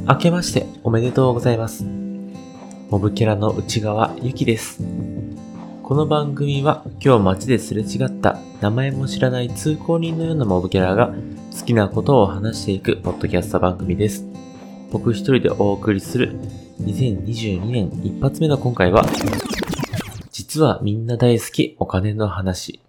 明けましておめでとうございます。モブキャラの内側ゆきです。この番組は今日街ですれ違った名前も知らない通行人のようなモブキャラが好きなことを話していくポッドキャスト番組です。僕一人でお送りする2022年一発目の今回は、実はみんな大好きお金の話。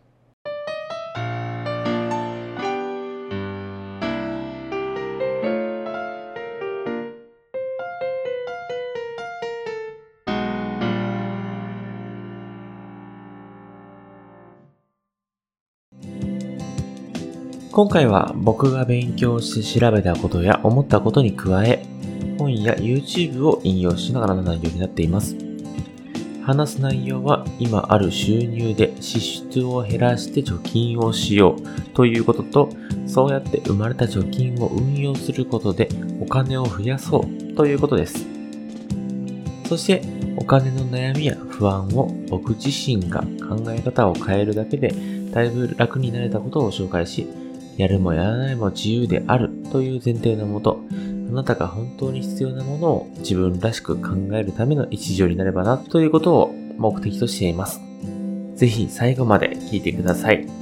今回は僕が勉強して調べたことや思ったことに加え、本や YouTube を引用しながらの内容になっています。話す内容は今ある収入で支出を減らして貯金をしようということと、そうやって生まれた貯金を運用することでお金を増やそうということです。そしてお金の悩みや不安を僕自身が考え方を変えるだけでだいぶ楽になれたことを紹介し、やるもやらないも自由であるという前提のもと、あなたが本当に必要なものを自分らしく考えるための一助になればなということを目的としています。ぜひ最後まで聞いてください。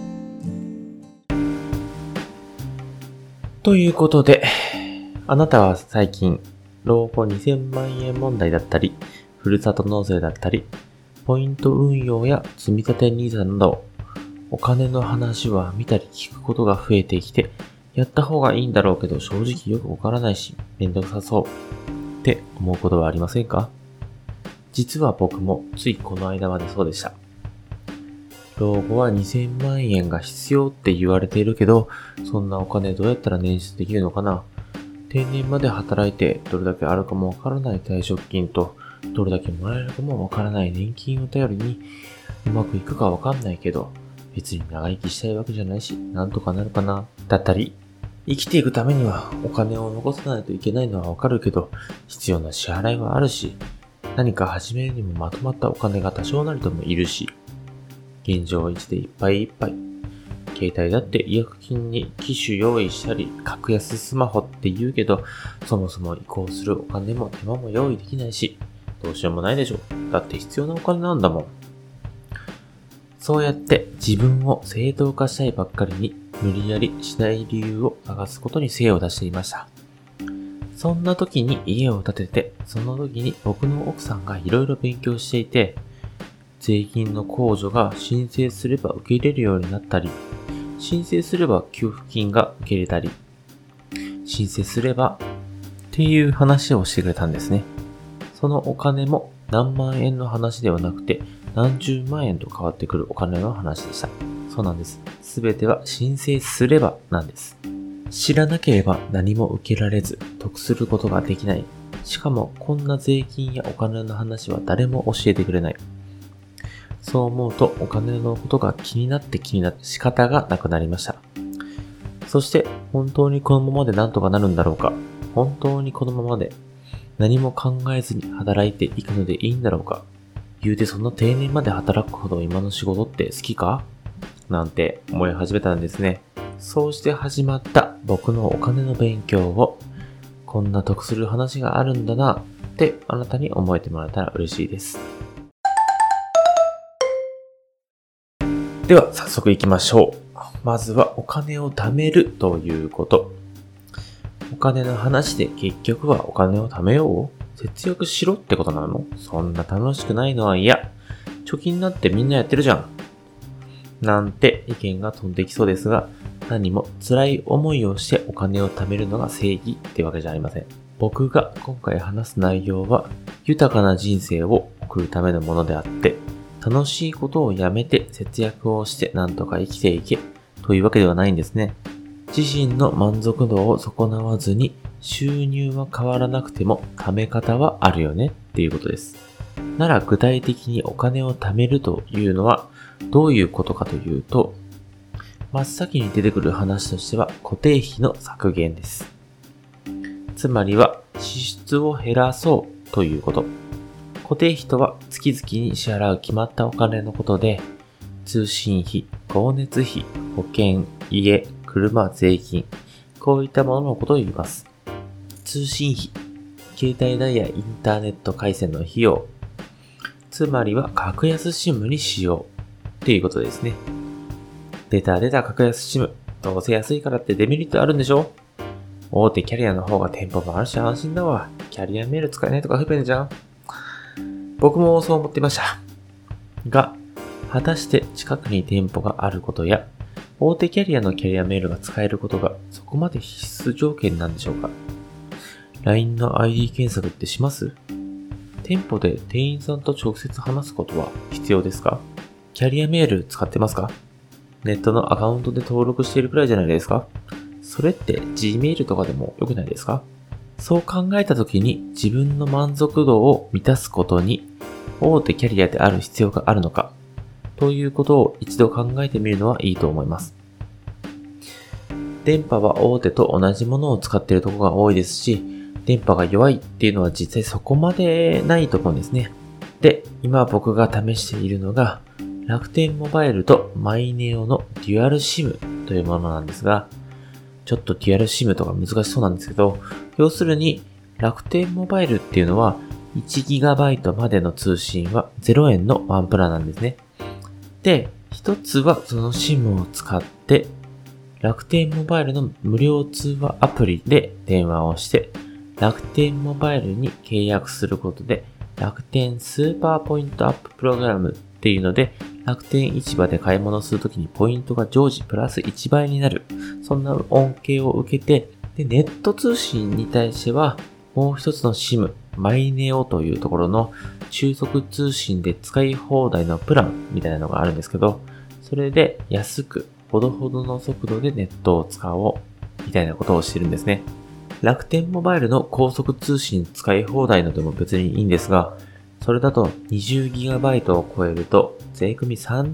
ということで、あなたは最近老後2000万円問題だったり、ふるさと納税だったり、ポイント運用や積立 NISA などお金の話は見たり聞くことが増えてきて、やった方がいいんだろうけど正直よくわからないし、めんどくさそうって思うことはありませんか？実は僕もついこの間までそうでした。老後は2000万円が必要って言われているけど、そんなお金どうやったら捻出できるのかな？定年まで働いてどれだけあるかもわからない退職金と、どれだけもらえるかもわからない年金を頼りに、うまくいくかわかんないけど、別に長生きしたいわけじゃないし、なんとかなるかな、だったり、生きていくためにはお金を残さないといけないのはわかるけど、必要な支払いはあるし、何か始めるにもまとまったお金が多少なりともいるし、現状維持でいっぱいいっぱい。携帯だって違約金に機種用意したり、格安スマホって言うけど、そもそも移行するお金も手間も用意できないし、どうしようもないでしょ。だって必要なお金なんだもん。そうやって自分を正当化したいばっかりに無理やりしない理由を探すことに精を出していました。そんな時に家を建てて、その時に僕の奥さんがいろいろ勉強していて、税金の控除が申請すれば受け入れるようになったり、申請すれば給付金が受け入れたり、申請すればっていう話をしてくれたんですね。そのお金も何万円の話ではなくて、何十万円と変わってくるお金の話でした。そうなんです。すべては申請すればなんです。知らなければ何も受けられず、得することができない。しかもこんな税金やお金の話は誰も教えてくれない。そう思うとお金のことが気になって仕方がなくなりました。そして本当にこのままでなんとかなるんだろうか。本当にこのままで何も考えずに働いていくのでいいんだろうか。言うてそんな定年まで働くほど今の仕事って好きか？なんて思い始めたんですね。そうして始まった僕のお金の勉強を、こんな得する話があるんだなってあなたに思えてもらえたら嬉しいです。では早速行きましょう。まずはお金を貯めるということ。お金の話で結局はお金を貯めよう？節約しろってことなの？そんな楽しくないのは嫌。貯金なんてみんなやってるじゃん。なんて意見が飛んできそうですが、何も辛い思いをしてお金を貯めるのが正義ってわけじゃありません。僕が今回話す内容は豊かな人生を送るためのものであって、楽しいことをやめて節約をしてなんとか生きていけというわけではないんですね。自身の満足度を損なわずに収入は変わらなくても貯め方はあるよねっていうことです。なら具体的にお金を貯めるというのはどういうことかというと、真っ先に出てくる話としては固定費の削減です。つまりは支出を減らそうということ。固定費とは月々に支払う決まったお金のことで、通信費、光熱費、保険、家、車、税金、こういったもののことを言います。通信費。 携帯代やインターネット回線の費用、つまりは格安 SIM にしようっていうことですね。出た格安 SIM。どうせ安いからってデメリットあるんでしょ？大手キャリアの方が店舗もあるし安心だわ。キャリアメール使えないとか不便じゃん。僕もそう思っていました。が、果たして近くに店舗があることや、大手キャリアのキャリアメールが使えることがそこまで必須条件なんでしょうか？ LINE の ID 検索ってします？店舗で店員さんと直接話すことは必要ですか？キャリアメール使ってますか？ネットのアカウントで登録しているくらいじゃないですか？それって Gmail とかでも良くないですか？そう考えたときに自分の満足度を満たすことに大手キャリアである必要があるのかということを一度考えてみるのはいいと思います。電波は大手と同じものを使っているところが多いですし、電波が弱いっていうのは実際そこまでないと思うんですね。で、今僕が試しているのが楽天モバイルとマイネオのデュアルシムというものなんですが、ちょっとデュアルシムとか難しそうなんですけど、要するに楽天モバイルっていうのは 1GB までの通信は0円のワンプランなんですね。で、一つはその SIM を使って楽天モバイルの無料通話アプリで電話をして楽天モバイルに契約することで楽天スーパーポイントアッププログラムっていうので楽天市場で買い物するときにポイントが常時プラス1倍になる。そんな恩恵を受けて、で、ネット通信に対しては、もう一つの SIM、マイネオというところの中速通信で使い放題のプランみたいなのがあるんですけど、それで安く、ほどほどの速度でネットを使おう、みたいなことをしてるんですね。楽天モバイルの高速通信使い放題のでも別にいいんですが、それだと 20GB を超えると税込み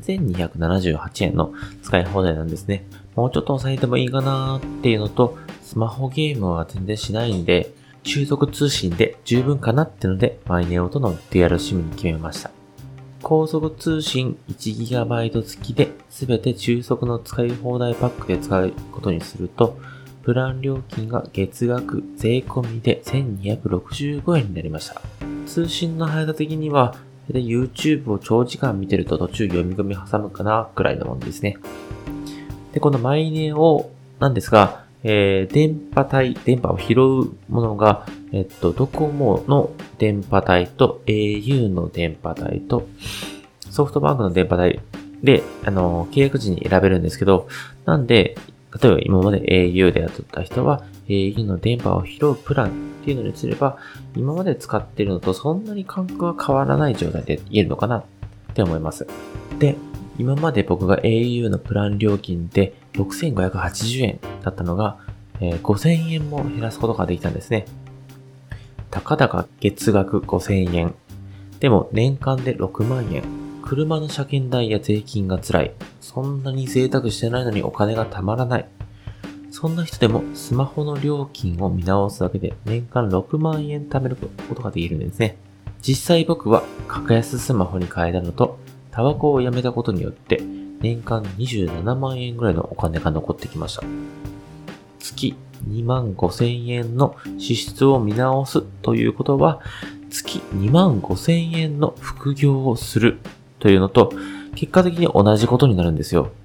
3278円の使い放題なんですね。もうちょっと抑えてもいいかなーっていうのと、スマホゲームは全然しないんで、中速通信で十分かなってので、マイネオとのデュアル SIM に決めました。高速通信 1GB 付きで全て中速の使い放題パックで使うことにすると、プラン料金が月額税込みで1265円になりました。通信の速さ的には、YouTube を長時間見てると途中読み込み挟むかなくらいのものですね。で、このマイネオなんですが、電波を拾うものが、ドコモの電波帯と au の電波帯とソフトバンクの電波帯で、契約時に選べるんですけど、なんで、例えば今まで au でやってた人は au の電波を拾うプランっていうのにすれば、今まで使っているのとそんなに感覚は変わらない状態で言えるのかなって思います。で、今まで僕が au のプラン料金で6580円だったのが、5000円も減らすことができたんですね。たかだか月額5000円。でも年間で6万円。車の車検代や税金が辛い。そんなに贅沢してないのにお金がたまらない。そんな人でもスマホの料金を見直すだけで年間6万円貯めることができるんですね。実際僕は格安スマホに変えたのと、タバコをやめたことによって年間27万円ぐらいのお金が残ってきました。月2万5000円の支出を見直すということは、月2万5000円の副業をするというのと、結果的に同じことになるんですよ。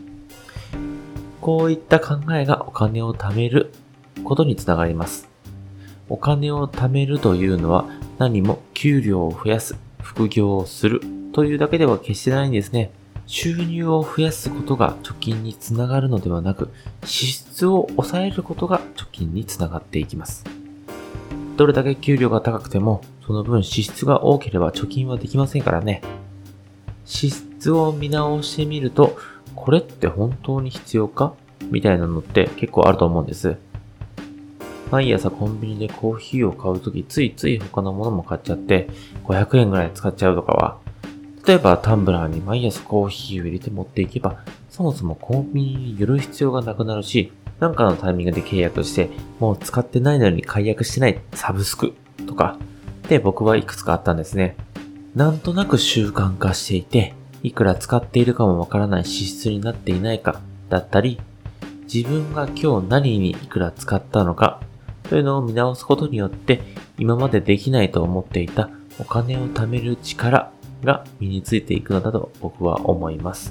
こういった考えがお金を貯めることにつながります。お金を貯めるというのは何も給料を増やす、副業をするというだけでは決してないんですね。収入を増やすことが貯金につながるのではなく、支出を抑えることが貯金につながっていきます。どれだけ給料が高くても、その分支出が多ければ貯金はできませんからね。支出を見直してみると、これって本当に必要かみたいなのって結構あると思うんです。毎朝コンビニでコーヒーを買うときついつい他のものも買っちゃって500円ぐらい使っちゃうとかは、例えばタンブラーに毎朝コーヒーを入れて持っていけば、そもそもコンビニに寄る必要がなくなるし、なんかのタイミングで契約して、もう使ってないのに解約してないサブスクとか、で僕はいくつかあったんですね。なんとなく習慣化していて、いくら使っているかもわからない支出になっていないかだったり、自分が今日何にいくら使ったのかというのを見直すことによって、 今までできないと思っていたお金を貯める力が身についていくのだと僕は思います。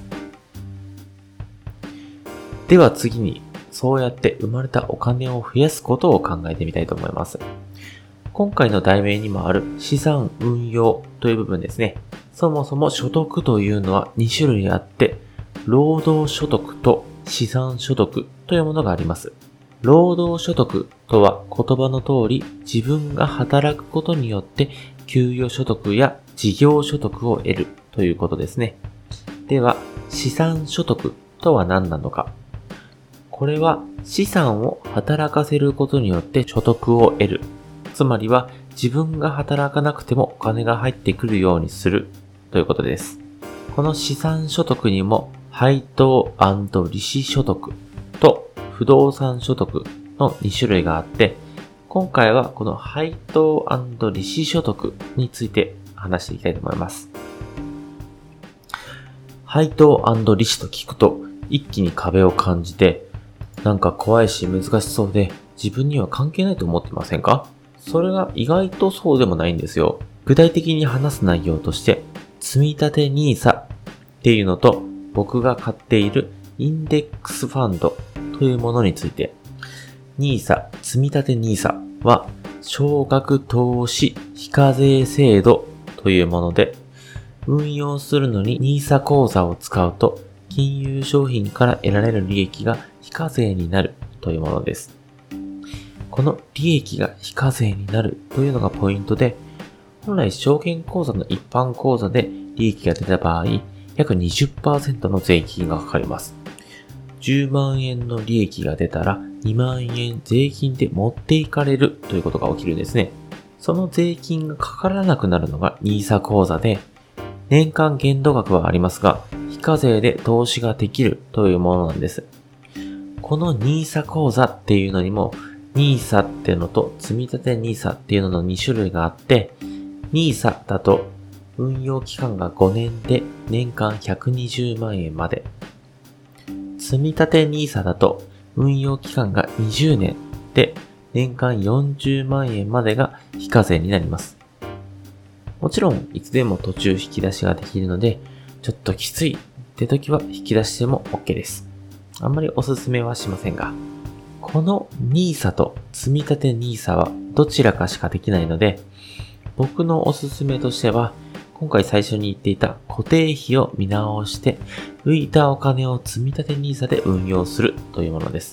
では次に、そうやって生まれたお金を増やすことを考えてみたいと思います。今回の題名にもある資産運用という部分ですね。そもそも所得というのは2種類あって、労働所得と資産所得というものがあります。労働所得とは言葉の通り自分が働くことによって給与所得や事業所得を得るということですね。では、資産所得とは何なのか。これは資産を働かせることによって所得を得る。つまりは自分が働かなくてもお金が入ってくるようにするということです。この資産所得にも配当&利子所得と不動産所得の2種類があって、今回はこの配当&利子所得について話していきたいと思います。配当&利子と聞くと一気に壁を感じて、なんか怖いし難しそうで自分には関係ないと思ってませんか？それが意外とそうでもないんですよ。具体的に話す内容として、積立 NISA っていうのと僕が買っているインデックスファンドというものについて、NISA、積立 NISA は少額投資非課税制度というもので、運用するのに NISA 口座を使うと金融商品から得られる利益が非課税になるというものです。この利益が非課税になるというのがポイントで、本来証券口座の一般口座で利益が出た場合、約 20% の税金がかかります。10万円の利益が出たら2万円税金で持っていかれるということが起きるんですね。その税金がかからなくなるのが NISA 口座で、年間限度額はありますが、非課税で投資ができるというものなんです。この NISA 口座っていうのにも、NISA っていうのと積立 NISA っていうのの2種類があって、NISA だと運用期間が5年で年間120万円まで。積立 NISA だと運用期間が20年で年間40万円までが非課税になります。もちろんいつでも途中引き出しができるので、ちょっときついって時は引き出しても OK です。あんまりおすすめはしませんが。この NISA と積立 NISA はどちらかしかできないので、僕のおすすめとしては、今回最初に言っていた固定費を見直して、浮いたお金を積立 NISA で運用するというものです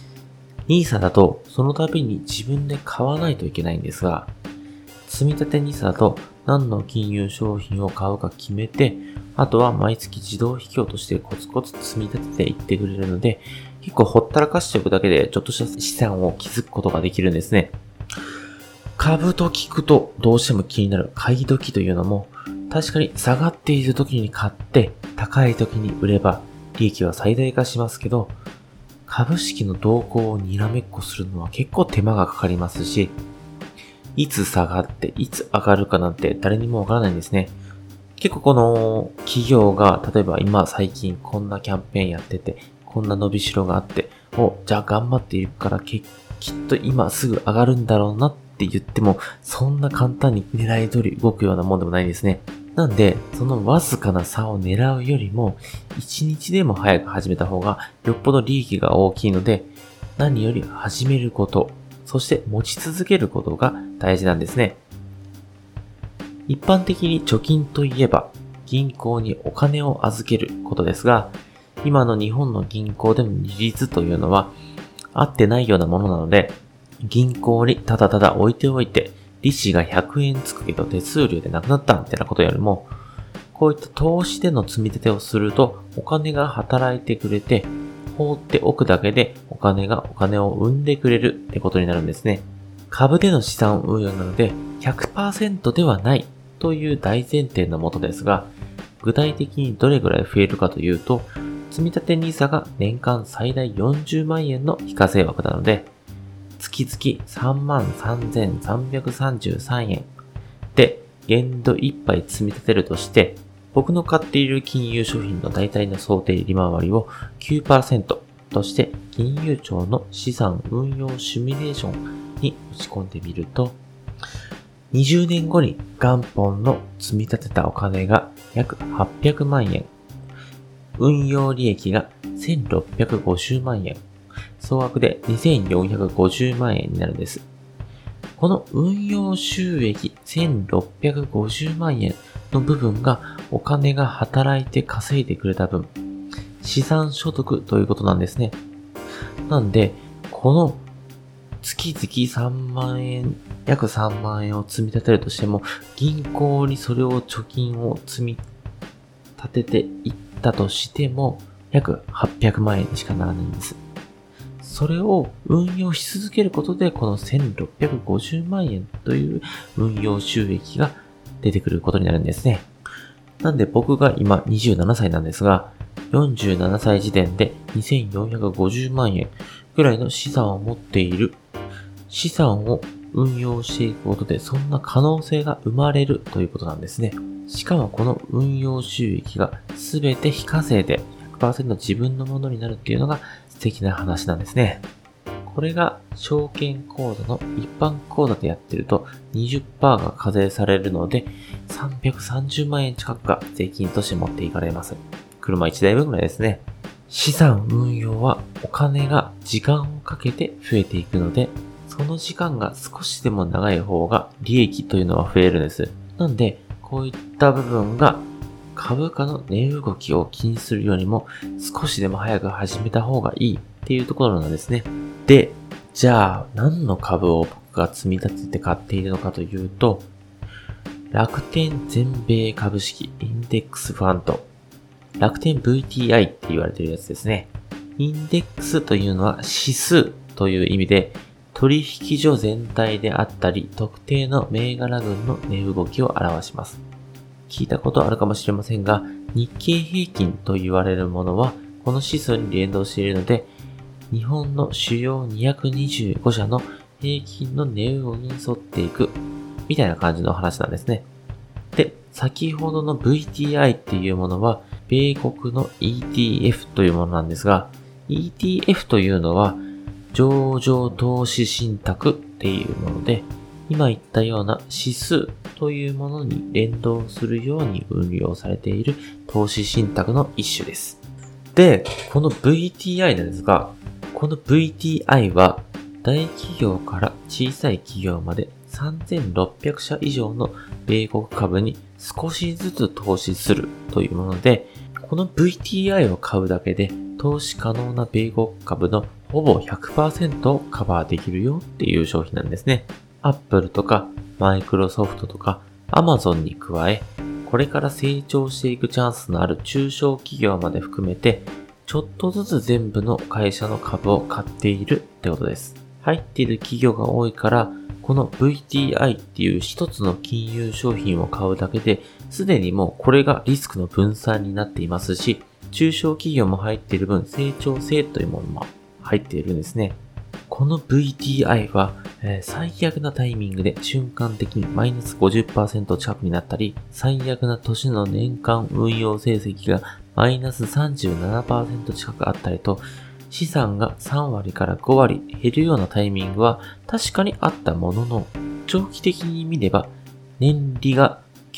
。NISA だとその度に自分で買わないといけないんですが、積立 NISA だと何の金融商品を買うか決めて、あとは毎月自動引き落としてコツコツ積み立てていってくれるので、結構ほったらかしておくだけでちょっとした資産を築くことができるんですね。株と聞くとどうしても気になる買い時というのも、確かに下がっている時に買って高い時に売れば利益は最大化しますけど、株式の動向をにらめっこするのは結構手間がかかりますし、いつ下がっていつ上がるかなんて誰にもわからないんですね。結構この企業が例えば今最近こんなキャンペーンやってて、こんな伸びしろがあって、じゃあ頑張っているからきっと今すぐ上がるんだろうなって言っても、そんな簡単に狙い通り動くようなもんでもないんですね。なんで、そのわずかな差を狙うよりも、1日でも早く始めた方がよっぽど利益が大きいので、何より始めること、そして持ち続けることが大事なんですね。一般的に貯金といえば、銀行にお金を預けることですが、今の日本の銀行での利率というのは合ってないようなものなので、銀行にただただ置いておいて利子が100円つくけど手数料でなくなったみたいなことよりも、こういった投資での積み立てをするとお金が働いてくれて、放っておくだけでお金を生んでくれるってことになるんですね。株での資産運用なので 100% ではないという大前提のもとですが、具体的にどれぐらい増えるかというと、積立 NISA が年間最大40万円の非課税枠なので、月々33,333円で限度いっぱい積み立てるとして、僕の買っている金融商品の大体の想定利回りを 9% として金融庁の資産運用シミュレーションに打ち込んでみると、 20年後に元本の積み立てたお金が約800万円。運用利益が1650万円。総額で2450万円になるんです。この運用収益1650万円の部分がお金が働いて稼いでくれた分、資産所得ということなんですね。なんで、この月々3万円、約3万円を積み立てるとしても、銀行にそれを貯金を積み立てていったとしても、約800万円にしかならないんです。それを運用し続けることで、この1650万円という運用収益が出てくることになるんですね。なんで僕が今27歳なんですが、47歳時点で2450万円ぐらいの資産を持っている。資産を運用していくことでそんな可能性が生まれるということなんですね。しかもこの運用収益が全て非課税で 100% 自分のものになるっていうのが素敵な話なんですね。これが証券口座の一般口座でやってると 20% が課税されるので330万円近くが税金として持っていかれます。車1台分ぐらいですね。資産運用はお金が時間をかけて増えていくので、その時間が少しでも長い方が利益というのは増えるんです。なんで、こういった部分が株価の値動きを気にするよりも少しでも早く始めた方がいいっていうところなんですね。で、じゃあ何の株を僕が積み立てて買っているのかというと、楽天全米株式インデックスファンド、楽天 VTI って言われているやつですね。インデックスというのは指数という意味で、取引所全体であったり、特定の銘柄群の値動きを表します。聞いたことあるかもしれませんが、日経平均と言われるものは、この指数に連動しているので、日本の主要225社の平均の値動きに沿っていく、みたいな感じの話なんですね。で、先ほどの VTI っていうものは、米国の ETF というものなんですが、ETF というのは、上場投資信託っていうもので、今言ったような指数というものに連動するように運用されている投資信託の一種です。で、この VTI なんですが、この VTI は大企業から小さい企業まで3600社以上の米国株に少しずつ投資するというもので、この VTI を買うだけで投資可能な米国株のほぼ 100% をカバーできるよっていう商品なんですね。Apple とか Microsoft とか Amazon に加え、これから成長していくチャンスのある中小企業まで含めて、ちょっとずつ全部の会社の株を買っているってことです。入っている企業が多いから、この VTI っていう一つの金融商品を買うだけで、すでにもうこれがリスクの分散になっていますし、中小企業も入っている分成長性というものも入っているんですね。この VTI は、最悪なタイミングで瞬間的にマイナス 50% 近くになったり、最悪な年の年間運用成績がマイナス 37% 近くあったりと、資産が3割から5割減るようなタイミングは確かにあったものの、長期的に見れば年利が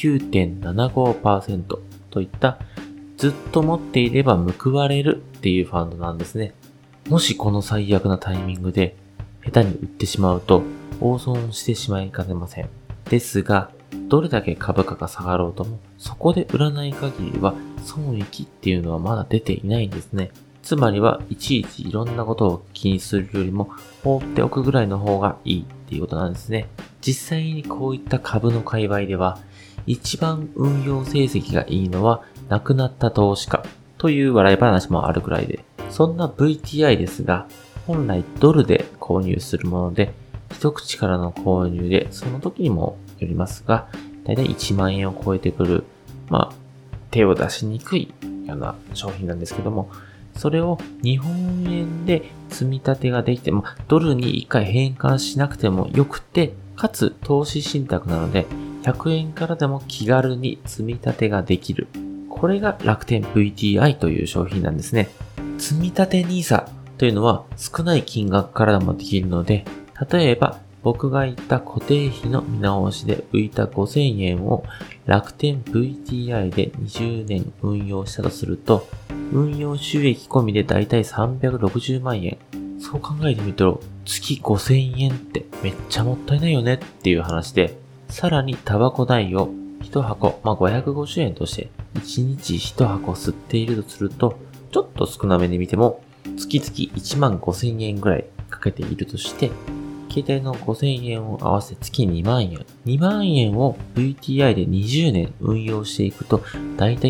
9.75% といったずっと持っていれば報われるっていうファンドなんですね。もしこの最悪なタイミングで下手に売ってしまうと大損してしまいかねません。ですが、どれだけ株価が下がろうともそこで売らない限りは損益っていうのはまだ出ていないんですね。つまりはいちいちいろんなことを気にするよりも放っておくぐらいの方がいいっていうことなんですね。実際にこういった株の界隈では一番運用成績がいいのは亡くなった投資家という笑い話もあるくらいで、そんな VTI ですが、本来ドルで購入するもので、一口からの購入でその時にもよりますが、だいたい1万円を超えてくる、手を出しにくいような商品なんですけども、それを日本円で積み立てができて、ドルに1回変換しなくてもよくて、かつ投資信託なので、100円からでも気軽に積み立てができる。これが楽天 VTI という商品なんですね。積み立て NISA というのは少ない金額からでもできるので、例えば僕が言った固定費の見直しで浮いた5000円を楽天 VTI で20年運用したとすると、運用収益込みでだいたい360万円。そう考えてみると、月5000円ってめっちゃもったいないよねっていう話で、さらにタバコ代を1箱、550円として1日1箱吸っているとすると、ちょっと少なめで見ても月々1万5000円ぐらいかけているとして、携帯の5000円を合わせ月2万円。2万円を VTI で20年運用していくと、だいたい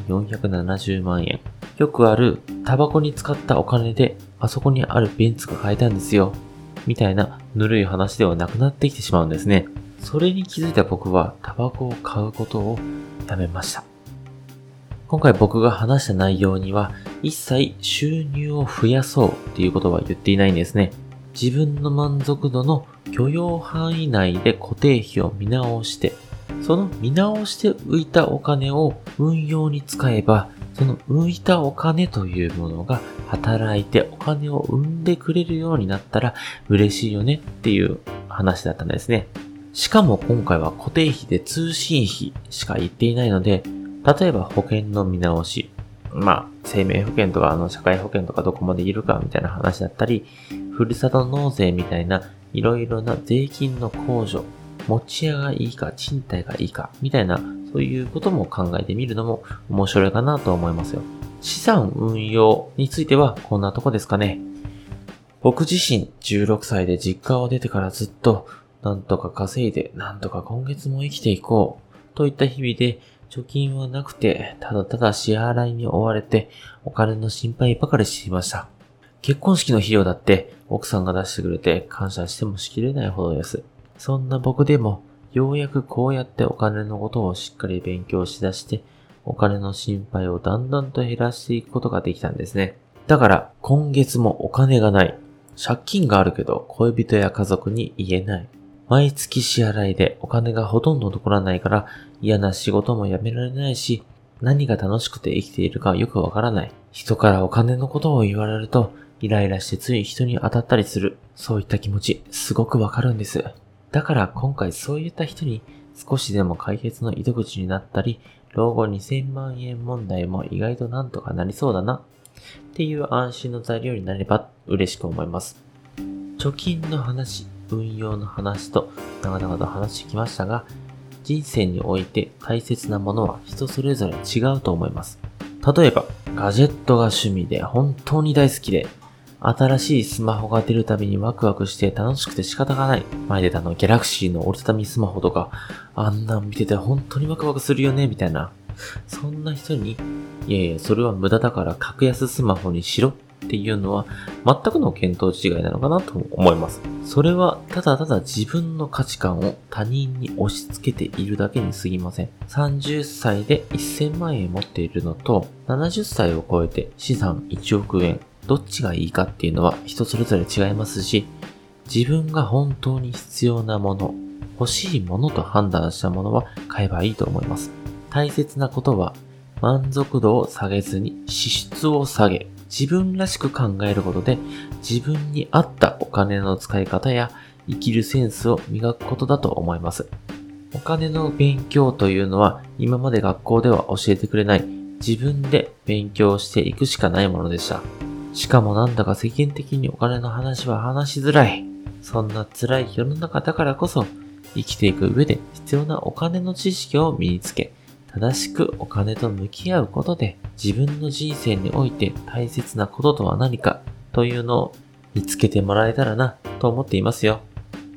1470万円。よくあるタバコに使ったお金であそこにあるベンツが買えたんですよ。みたいなぬるい話ではなくなってきてしまうんですね。それに気づいた僕はタバコを買うことをやめました。今回僕が話した内容には一切収入を増やそうっていうことは言っていないんですね。自分の満足度の許容範囲内で固定費を見直して、その見直して浮いたお金を運用に使えば、その浮いたお金というものが働いてお金を生んでくれるようになったら嬉しいよねっていう話だったんですね。しかも今回は固定費で通信費しか言っていないので、例えば保険の見直し、生命保険とか社会保険とかどこまでいるかみたいな話だったり、ふるさと納税みたいないろいろな税金の控除、持ち家がいいか賃貸がいいかみたいなそういうことも考えてみるのも面白いかなと思いますよ。資産運用についてはこんなとこですかね。僕自身16歳で実家を出てからずっとなんとか稼いでなんとか今月も生きていこうといった日々で貯金はなくてただただ支払いに追われてお金の心配ばかりしていました。結婚式の費用だって奥さんが出してくれて感謝してもしきれないほどです。そんな僕でもようやくこうやってお金のことをしっかり勉強しだしてお金の心配をだんだんと減らしていくことができたんですね。だから今月もお金がない。借金があるけど恋人や家族に言えない。毎月支払いでお金がほとんど残らないから嫌な仕事も辞められないし何が楽しくて生きているかよくわからない。人からお金のことを言われるとイライラしてつい人に当たったりする。そういった気持ちすごくわかるんです。だから今回そういった人に少しでも解決の糸口になったり、老後2000万円問題も意外となんとかなりそうだなっていう安心の材料になれば嬉しく思います。貯金の話、運用の話と長々と話してきましたが、人生において大切なものは人それぞれ違うと思います。例えば、ガジェットが趣味で本当に大好きで、新しいスマホが出るたびにワクワクして楽しくて仕方がない。前出たギャラクシーの折りたたみスマホとか、あんなん見てて本当にワクワクするよね、みたいな。そんな人に、いやそれは無駄だから格安スマホにしろっていうのは全くの見当違いなのかなと思います。それはただただ自分の価値観を他人に押し付けているだけに過ぎません。30歳で1000万円持っているのと、70歳を超えて資産1億円。どっちがいいかっていうのは人それぞれ違いますし、自分が本当に必要なもの、欲しいものと判断したものは買えばいいと思います。大切なことは満足度を下げずに支出を下げ、自分らしく考えることで自分に合ったお金の使い方や生きるセンスを磨くことだと思います。お金の勉強というのは今まで学校では教えてくれない自分で勉強していくしかないものでした。しかもなんだか世間的にお金の話は話しづらい。そんな辛い世の中だからこそ生きていく上で必要なお金の知識を身につけ、正しくお金と向き合うことで自分の人生において大切なこととは何かというのを見つけてもらえたらなと思っていますよ。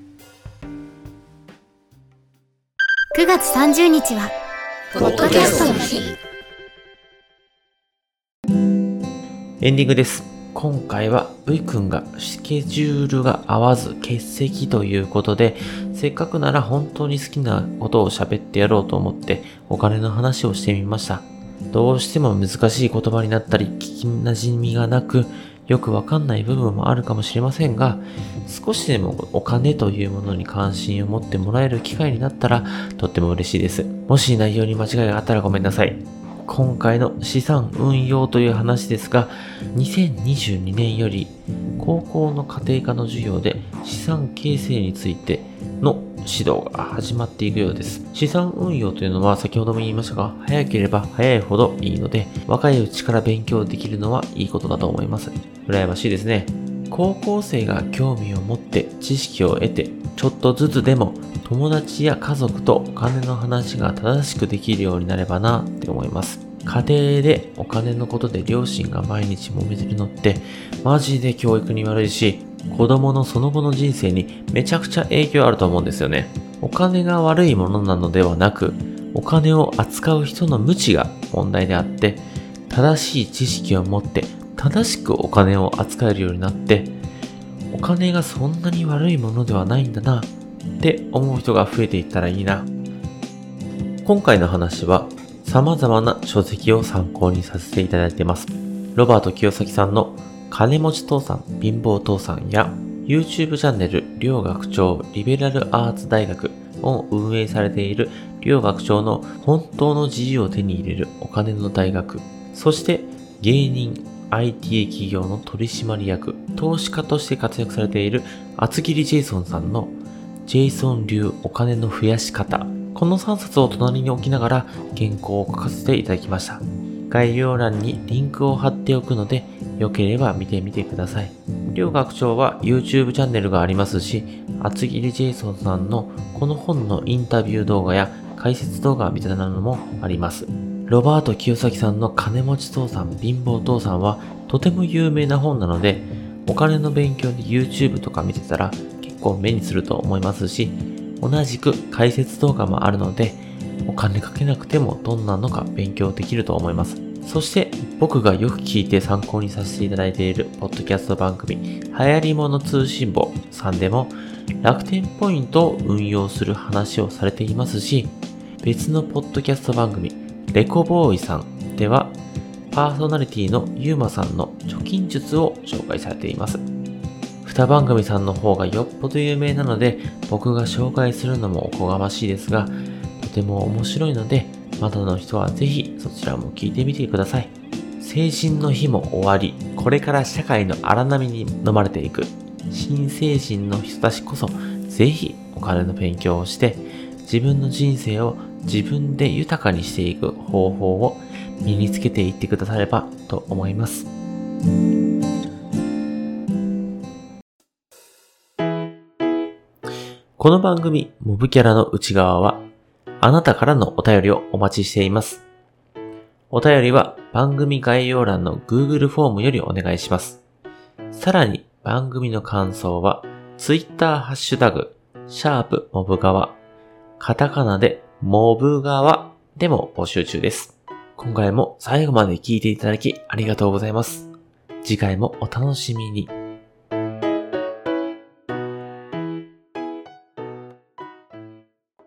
9月30日はポッドキャストの日。 エンディングです。今回は V 君がスケジュールが合わず欠席ということで、せっかくなら本当に好きなことを喋ってやろうと思ってお金の話をしてみました。どうしても難しい言葉になったり聞き馴染みがなくよくわかんない部分もあるかもしれませんが、少しでもお金というものに関心を持ってもらえる機会になったらとっても嬉しいです。もし内容に間違いがあったらごめんなさい。 今回の資産運用という話ですが、2022年より高校の家庭科の授業で資産形成についての指導が始まっていくようです。資産運用というのは先ほども言いましたが、早ければ早いほどいいので、若いうちから勉強できるのはいいことだと思います。羨ましいですね。高校生が興味を持って知識を得て、ちょっとずつでも友達や家族とお金の話が正しくできるようになればなって思います。家庭でお金のことで両親が毎日揉めてるのってマジで教育に悪いし、子供のその後の人生にめちゃくちゃ影響あると思うんですよね。お金が悪いものなのではなく、お金を扱う人の無知が問題であって、正しい知識を持って正しくお金を扱えるようになって、お金がそんなに悪いものではないんだなって思う人が増えていったらいいな。今回の話は様々な書籍を参考にさせていただいています。ロバート清崎さんの金持ち父さん貧乏父さんや YouTube チャンネル両学長リベラルアーツ大学を運営されている両学長の本当の自由を手に入れるお金の大学、そして芸人 IT 企業の取締役、投資家として活躍されている厚切りジェイソンさんのジェイソン流お金の増やし方、この3冊を隣に置きながら原稿を書かせていただきました。概要欄にリンクを貼っておくので、よければ見てみてください。両学長は YouTube チャンネルがありますし、厚切りジェイソンさんのこの本のインタビュー動画や解説動画みたいなのもあります。ロバート清崎さんの金持ち父さん貧乏父さんはとても有名な本なので、お金の勉強で YouTube とか見てたら結構目にすると思いますし、同じく解説動画もあるので、お金かけなくてもどんなのか勉強できると思います。そして僕がよく聞いて参考にさせていただいているポッドキャスト番組流行り物通信簿さんでも楽天ポイントを運用する話をされていますし、別のポッドキャスト番組レコボーイさんではパーソナリティのユーマさんの貯金術を紹介されています。2番組さんの方がよっぽど有名なので僕が紹介するのもおこがましいですが、とても面白いのでまだの人はぜひそちらも聞いてみてください。成人の日も終わり、これから社会の荒波に飲まれていく新成人の人たちこそぜひお金の勉強をして自分の人生を自分で豊かにしていく方法を身につけていってくださればと思います。この番組モブキャラの内側はあなたからのお便りをお待ちしています。お便りは番組概要欄の Google フォームよりお願いします。さらに番組の感想は Twitter ハッシュタグ#モブガワ、カタカナでモブガワでも募集中です。今回も最後まで聞いていただきありがとうございます。次回もお楽しみに。